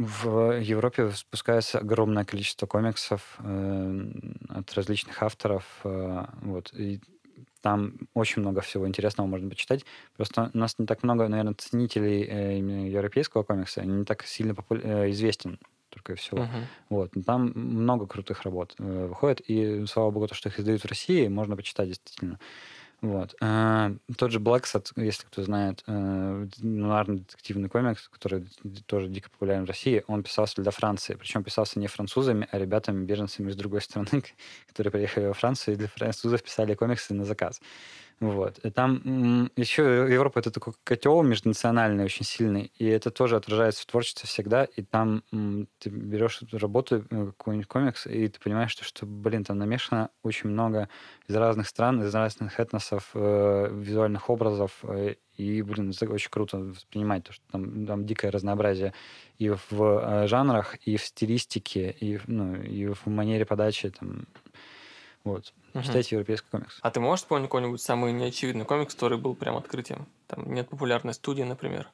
в Европе спускается огромное количество комиксов э, от различных авторов. Э, вот. И там очень много всего интересного можно почитать. Просто у нас не так много, наверное, ценителей э, именно европейского комикса. Не так сильно попу- э, известен только и всего.
Мгм.
Вот. Но там много крутых работ э, выходит. И, слава богу, то, что их издают в России, можно почитать действительно. Вот. А, тот же Blacksat, если кто знает, э, нуарный детективный комикс, который д- тоже дико популярен в России, он писался для Франции. Причем писался не французами, а ребятами, беженцами из другой страны, которые приехали во Францию и для французов писали комиксы на заказ. Вот. И там м, еще Европа — это такой котел межнациональный, очень сильный, и это тоже отражается в творчестве всегда, и там м, ты берешь эту работу, э, какой-нибудь комикс, и ты понимаешь, что, что, блин, там намешано очень много из разных стран, из разных этносов, э, визуальных образов, э, и, блин, это очень круто воспринимать, то, что там, там дикое разнообразие и в э, жанрах, и в стилистике, и, в- ну, и в манере подачи, там, вот.
Мгм.
Читайте европейский комикс.
А ты можешь вспомнить какой-нибудь самый неочевидный комикс, который был прям открытием? Там нет популярной студии, например.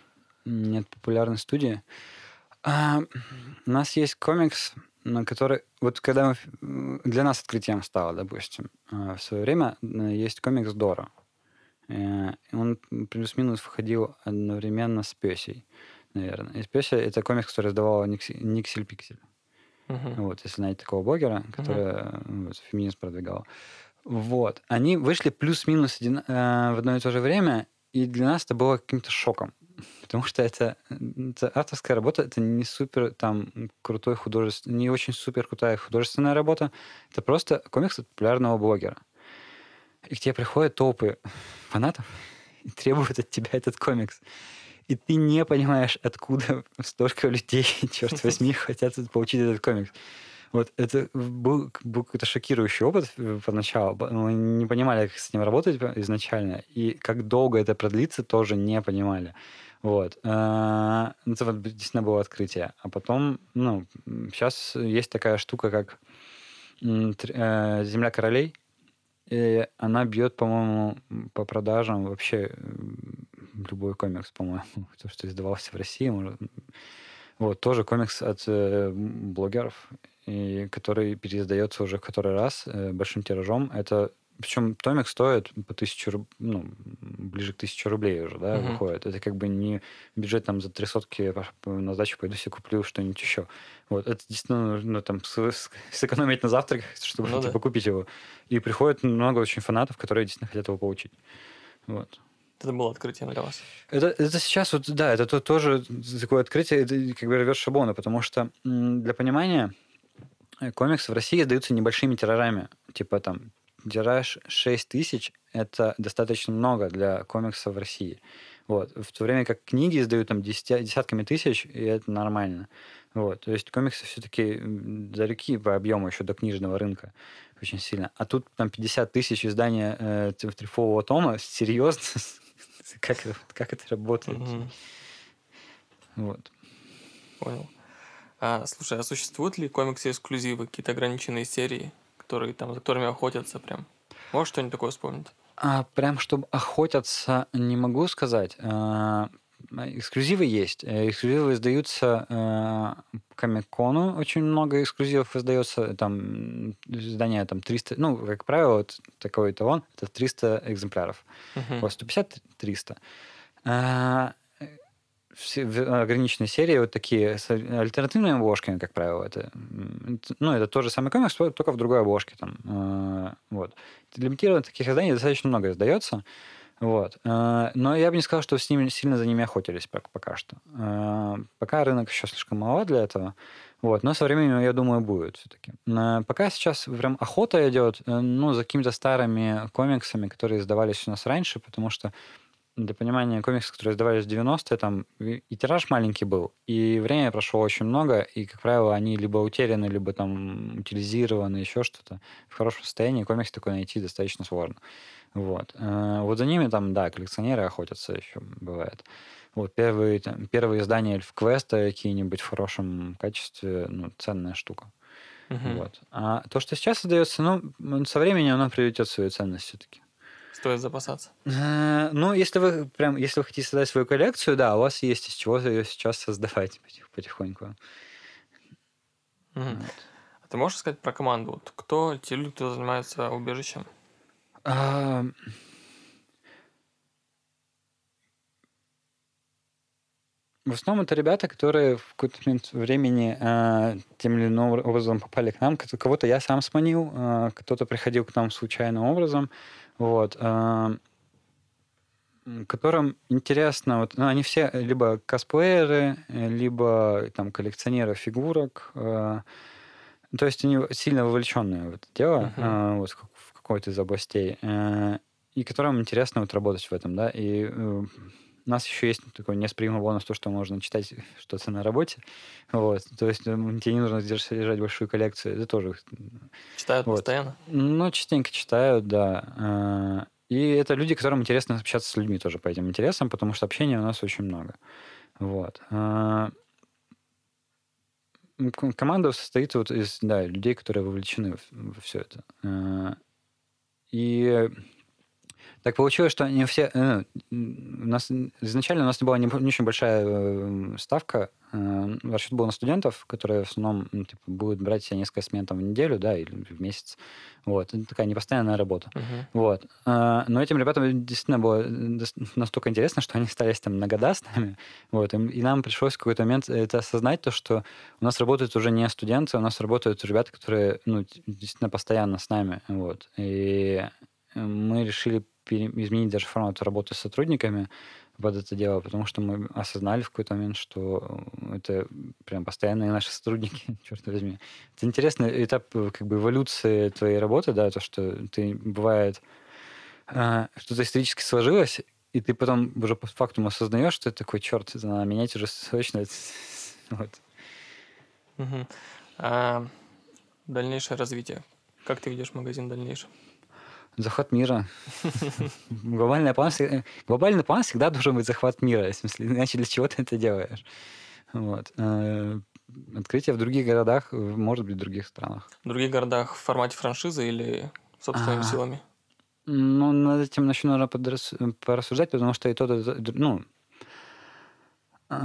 Нет популярной студии. А, у нас есть комикс, на который... Вот когда мы, м, для нас открытием стало, допустим, а, в свое время м, есть комикс Дора. Э, Он плюс-минус входил одновременно с Песей, наверное. И Песя — это комикс, который издавала Никси- Никсель Пиксель.
Мгм.
Вот, если знаете такого блогера,
Мгм.
которая э, вот, феминизм продвигала. Вот. Они вышли плюс-минус один- э, в одно и то же время, и для нас это было каким-то шоком. Потому что это, это авторская работа, это не супер там крутой художественный, не очень супер крутая художественная работа. Это просто комикс от популярного блогера. И к тебе приходят толпы фанатов и требуют от тебя этот комикс. И ты не понимаешь, откуда столько людей, черт возьми, хотят получить этот комикс. Вот это был, был какой-то шокирующий опыт э, поначалу. Б- Мы не понимали, как с ним работать по- изначально. И как долго это продлится, тоже не понимали. Вот. А, Это вот действительно было открытие. А потом, ну, сейчас есть такая штука, как м, тр- э, «Земля королей». И она бьет, по-моему, по продажам вообще м, любой комикс, по-моему, то, что издавался в России. Может, вот, тоже комикс от э, блогеров, и который переиздается уже в который раз э, большим тиражом. Это Причем томик стоит по тысячу, руб- ну, ближе к тысяче рублей уже, да,
Мгм.
выходит. Это как бы не бюджет там за три сотки на сдачу пойду себе куплю что-нибудь еще. Вот. Это действительно нужно там с- с- сэкономить на завтрак, чтобы
Ну
типа
да.
купить его. И приходит много очень фанатов, которые действительно хотят его получить. Вот.
Это было открытием для вас.
Это, это сейчас вот, да, это то- тоже такое открытие, это как бы ревёрс шаблона, потому что м, для понимания э, комиксы в России издаются небольшими тиражами. Типа там тираж шесть тысяч– это достаточно много для комиксов в России. Вот. В то время как книги издают там десяти- десятками тысяч, и это нормально. Вот. То есть комиксы все-таки далеки по объему еще до книжного рынка очень сильно. А тут там пятьдесят тысяч издания э, трифового тома. Серьезно? Как это, как это работает?
Мгм.
Вот.
Понял. А, слушай, а существуют ли комиксы-эксклюзивы, какие-то ограниченные серии, которые там, за которыми охотятся прям? Можешь что-нибудь такое вспомнить?
А, прям чтобы охотятся, не могу сказать. А, эксклюзивы есть. Э, Эксклюзивы издаются э, Комик-кону. Очень много эксклюзивов издается. Там м, издание там триста... Ну, как правило, вот такой эталон. Это триста экземпляров.
Мгм.
Вот сто пятьдесят триста. А, все в- ограниченные серии вот такие с аль- альтернативными обложками, как правило. Это, м, это- ну, это тот же самый комикс, только в другой обложке. Там, э, вот. Лимитированных таких изданий достаточно много издается. Вот. Э, Но я бы не сказал, что с ними сильно за ними охотились пок- пока что. Э, Пока рынок еще слишком маловат для этого. Вот. Но со временем, я думаю, будет все-таки. Пока сейчас прям охота идет, э, ну, за какими-то старыми комиксами, которые издавались у нас раньше, потому что для понимания, комиксы, которые издавались в девяностые, там и и тираж маленький был, и время прошло очень много, и, как правило, они либо утеряны, либо там утилизированы, еще что-то. В хорошем состоянии комикс такой найти достаточно сложно. Вот. Э, Вот за ними там, да, коллекционеры охотятся еще, бывает. Вот первые, там, первые издания Эльф-Квеста какие-нибудь в хорошем качестве, ну, ценная штука.
Мгм.
Вот. А то, что сейчас издается, ну, м, со временем оно приобретет свою ценность все-таки.
Стоит запасаться.
Э, Ну, если вы прям, если вы хотите создать свою коллекцию, да, у вас есть из чего ее сейчас создавать потих- потихоньку.
Мгм.
Вот.
А ты можешь сказать про команду? Вот кто те люди, кто занимается убежищем?
А, В основном это ребята, которые в какой-то момент времени а, тем или иным образом попали к нам. Кого- Кого-то я сам сманил, а, кто-то приходил к нам случайным образом. Вот. а, м, Которым интересно, вот, ну, они все либо косплееры, э, либо там коллекционеры фигурок. а, То есть они сильно вовлеченные в это дело,
Мгм.
а, вот в как- в какой-то из областей, э, и которым интересно вот работать в этом, да. И э, у нас еще есть такой неоспоримый бонус, то, что можно читать что-то на работе. Вот. То есть м, тебе не нужно держ- содержать большую коллекцию. Это тоже... м,
Читают
Вот.
постоянно?
Ну, частенько читают, да. А, И это люди, которым интересно общаться с людьми тоже по этим интересам, потому что общения у нас очень много. Вот. А, М, к- Команда состоит вот из, да, людей, которые вовлечены в- во все это. Э, И так получилось, что они все... э, м, У нас изначально у нас была не, не очень большая э, ставка. Э, Расчет был на студентов, которые в основном ну, типа, будут брать себе несколько смен там, в неделю, да, или в месяц. Вот. Это такая непостоянная работа.
Мгм.
Вот. Э, Но этим ребятам действительно было э, дос- настолько интересно, что они остались там на года с нами. Вот. И и нам пришлось в какой-то момент это осознать, то, что у нас работают уже не студенты, у нас работают ребята, которые ну, д- действительно постоянно с нами. Вот. И э, мы решили пере- изменить даже формат работы с сотрудниками под это дело, потому что мы осознали в какой-то момент, что это прям постоянные наши сотрудники, черт возьми. Это интересный этап э, как бы эволюции твоей работы, да, то, что ты, бывает, а, что-то исторически сложилось, и ты потом уже по факту осознаешь, что это такой, черт, это надо менять уже срочно. Вот.
Мгм. А дальнейшее развитие. Как ты видишь магазин в дальнейшем?
Захват мира. Глобальный план, всегда- глобальный план всегда должен быть захват мира, в смысле, иначе для чего ты это делаешь? Вот. Э, Открытие в других городах, в, может быть, в других странах.
В других городах в формате франшизы или собственными
А,
силами?
Ну, над этим начну, наверное, подрас- порассуждать, потому что и то, и то- и то- ну, а,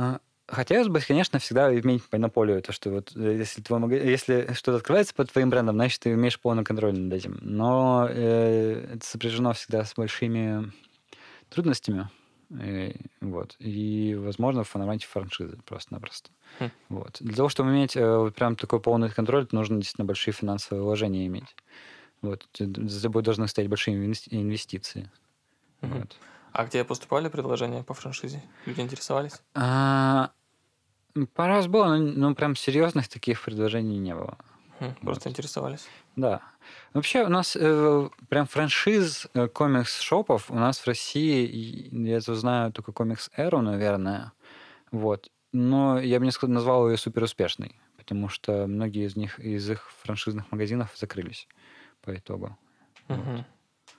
Хотелось бы, конечно, всегда иметь монополию, то, что вот э, если, твой мага- если что-то открывается под твоим брендом, значит, ты имеешь полный контроль над этим. Но э, это сопряжено всегда с большими трудностями. э, вот. И, возможно, в формате франшизы просто-напросто.
Хм.
Вот. Для того, чтобы иметь э, вот прям такой полный контроль, нужно действительно большие финансовые вложения иметь. Вот. Т- За тобой должны стоять большие инвес- инвестиции.
Мгм.
Вот.
А к тебе поступали предложения по франшизе? Люди интересовались?
А, м, Пару раз было, но, но прям серьезных таких предложений не было.
Хм, Просто
Вот.
интересовались.
Да. Вообще у нас э, прям франшиз э, комикс-шопов у нас в России, и я это знаю только комикс-эру, наверное. Вот. Но я бы не сказал, назвал ее суперуспешной, потому что многие из них, из их франшизных магазинов закрылись по итогу. Вот.
Мгм.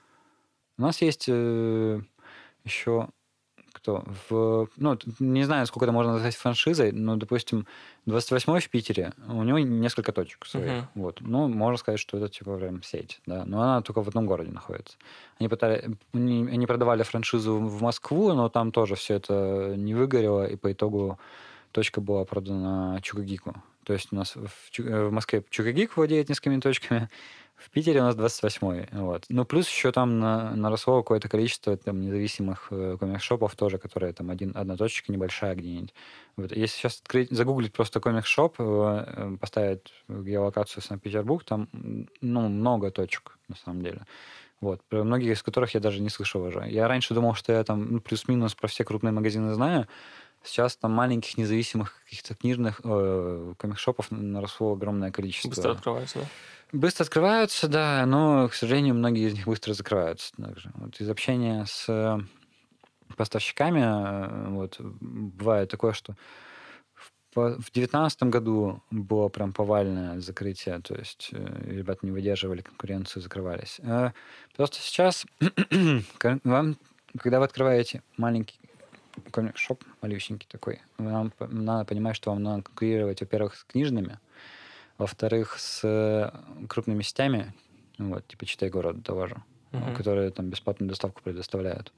У нас есть э, еще кто в... Ну, т- не знаю, сколько это можно назвать франшизой, но, допустим, двадцать восьмой в Питере, у него несколько точек своих.
Мгм.
Вот. Ну, можно сказать, что это типа прям сеть, да. Но она только в одном городе находится. Они, пытались, они, они продавали франшизу в Москву, но там тоже все это не выгорело, и по итогу точка была продана Чукагику. То есть у нас в, Чу- э, в Москве Чукагик владеет несколькими точками, в Питере у нас двадцать восьмой. Вот. Ну, плюс еще там на, наросло какое-то количество там, независимых э, комикс-шопов тоже, которые там один, одна точечка небольшая где-нибудь. Вот. Если сейчас открыть, загуглить просто комикс-шоп, э, э, поставить геолокацию Санкт-Петербург, там м, ну, много точек, на самом деле. Вот. Про многие из которых я даже не слышал уже. Я раньше думал, что я там ну, плюс-минус про все крупные магазины знаю. Сейчас там маленьких независимых каких-то книжных э, комикс-шопов наросло огромное количество.
Быстро открываются, да?
Быстро открываются, да, но, к сожалению, многие из них быстро закрываются также. Вот из общения с э, поставщиками э, вот, бывает такое, что в по- в девятнадцатом году было прям повальное закрытие, то есть э, ребята не выдерживали конкуренцию, закрывались. Э, Просто сейчас, ка- вам, когда вы открываете маленький комик-шоп, малюсенький такой, вам п- надо понимать, что вам надо конкурировать, во-первых, с книжными, во-вторых, с э, крупными сетями, вот, типа «Читай город» того же,
Мгм.
которые там бесплатную доставку предоставляют.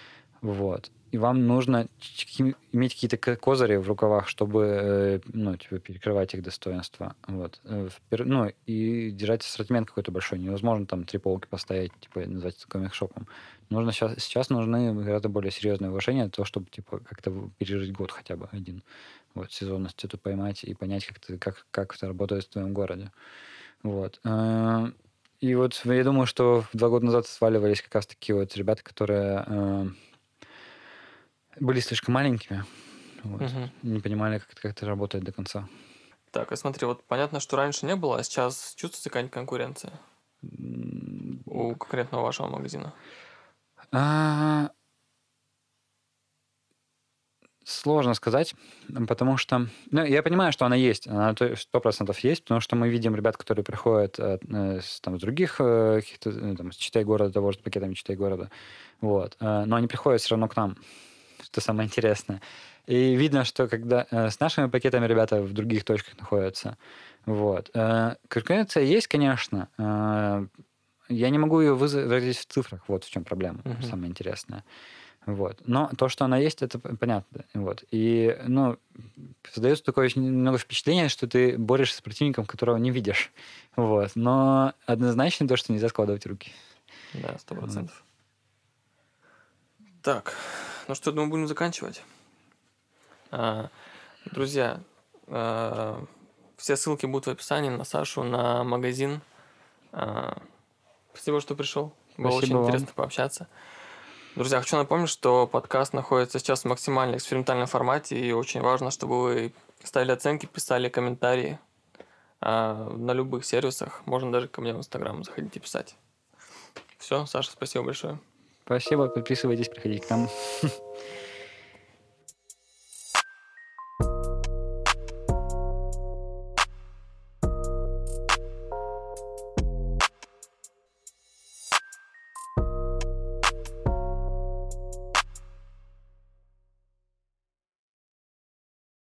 Вот. И вам нужно ч- какими- иметь какие-то ко- козыри в рукавах, чтобы э, ну, типа, перекрывать их достоинства. Вот. Э, в пер- Ну, и держать ассортимент какой-то большой. Невозможно там три полки поставить, типа, и назвать это комик-шопом. Нужно сейчас, сейчас нужны гораздо более серьезные вложения для того, чтобы типа, как-то пережить год хотя бы один. Вот, сезонность эту поймать и понять, как, ты, как, как это работает в твоем городе. Вот. Э, И вот я думаю, что два года назад сваливались как раз такие вот ребята, которые э, были слишком маленькими, вот,
Мгм.
не понимали, как это, как это работает до конца.
Так, а смотри, вот понятно, что раньше не было, а сейчас чувствуется какая-нибудь конкуренция
М,
у конкретного вашего магазина?
а, Сложно сказать, потому что... Ну, я понимаю, что она есть, она то- сто процентов есть, потому что мы видим ребят, которые приходят э, э, с, там, с других э, каких-то, э, там, с «Читай города», того же с пакетами «Читай города», вот, э, но они приходят все равно к нам, что самое интересное. И видно, что когда э, с нашими пакетами ребята в других точках находятся, вот. Э, конкуренция есть, конечно. Э, я не могу ее выразить в цифрах, вот в чем проблема,
Мгм.
самое интересное. Вот. Но то, что она есть, это п- понятно. Вот. И, ну, создается такое очень немного впечатление, что ты борешься с противником, которого не видишь. Вот. Но однозначно то, что нельзя складывать руки.
Да, сто
Вот.
процентов. Так, ну что, думаю, будем заканчивать. А, Друзья, а, все ссылки будут в описании на Сашу, на магазин. А, Спасибо, что пришел. Было очень
Спасибо вам.
интересно пообщаться. Друзья, хочу напомнить, что подкаст находится сейчас в максимально экспериментальном формате, и очень важно, чтобы вы ставили оценки, писали комментарии а, на любых сервисах. Можно даже ко мне в Инстаграм заходить и писать. Все, Саша, спасибо большое.
Спасибо. Подписывайтесь, приходите к нам.